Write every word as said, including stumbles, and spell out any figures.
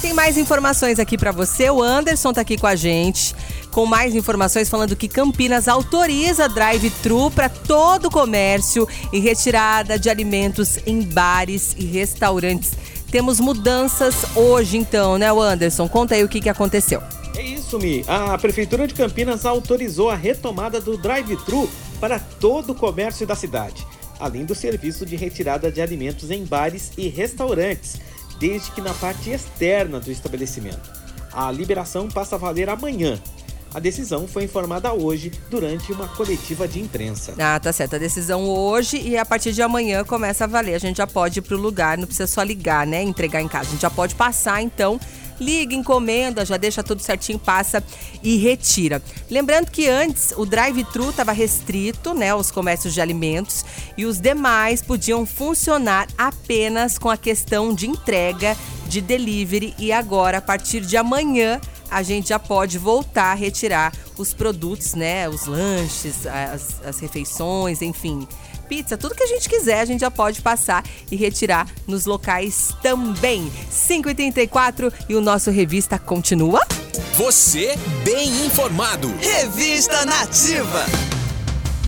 tem mais informações aqui pra você. O Anderson tá aqui com a gente, com mais informações falando que Campinas autoriza drive-thru para todo o comércio e retirada de alimentos em bares e restaurantes. Temos mudanças hoje então, né, Anderson? Conta aí o que, que aconteceu. É isso, Mi. A Prefeitura de Campinas autorizou a retomada do drive-thru para todo o comércio da cidade, além do serviço de retirada de alimentos em bares e restaurantes, desde que na parte externa do estabelecimento. A liberação passa a valer amanhã. A decisão foi informada hoje durante uma coletiva de imprensa. Ah, tá certo. A decisão hoje e a partir de amanhã começa a valer. A gente já pode ir pro lugar, não precisa só ligar, né? Entregar em casa. A gente já pode passar, então... Liga, encomenda, já deixa tudo certinho, passa e retira. Lembrando que antes o drive-thru estava restrito, né, aos comércios de alimentos e os demais podiam funcionar apenas com a questão de entrega, de delivery. E agora, a partir de amanhã, a gente já pode voltar a retirar os produtos, né, os lanches, as, as refeições, enfim... Pizza, tudo que a gente quiser, a gente já pode passar e retirar nos locais também. cinco e trinta e quatro e o nosso Revista continua. Você bem informado. Revista Nativa.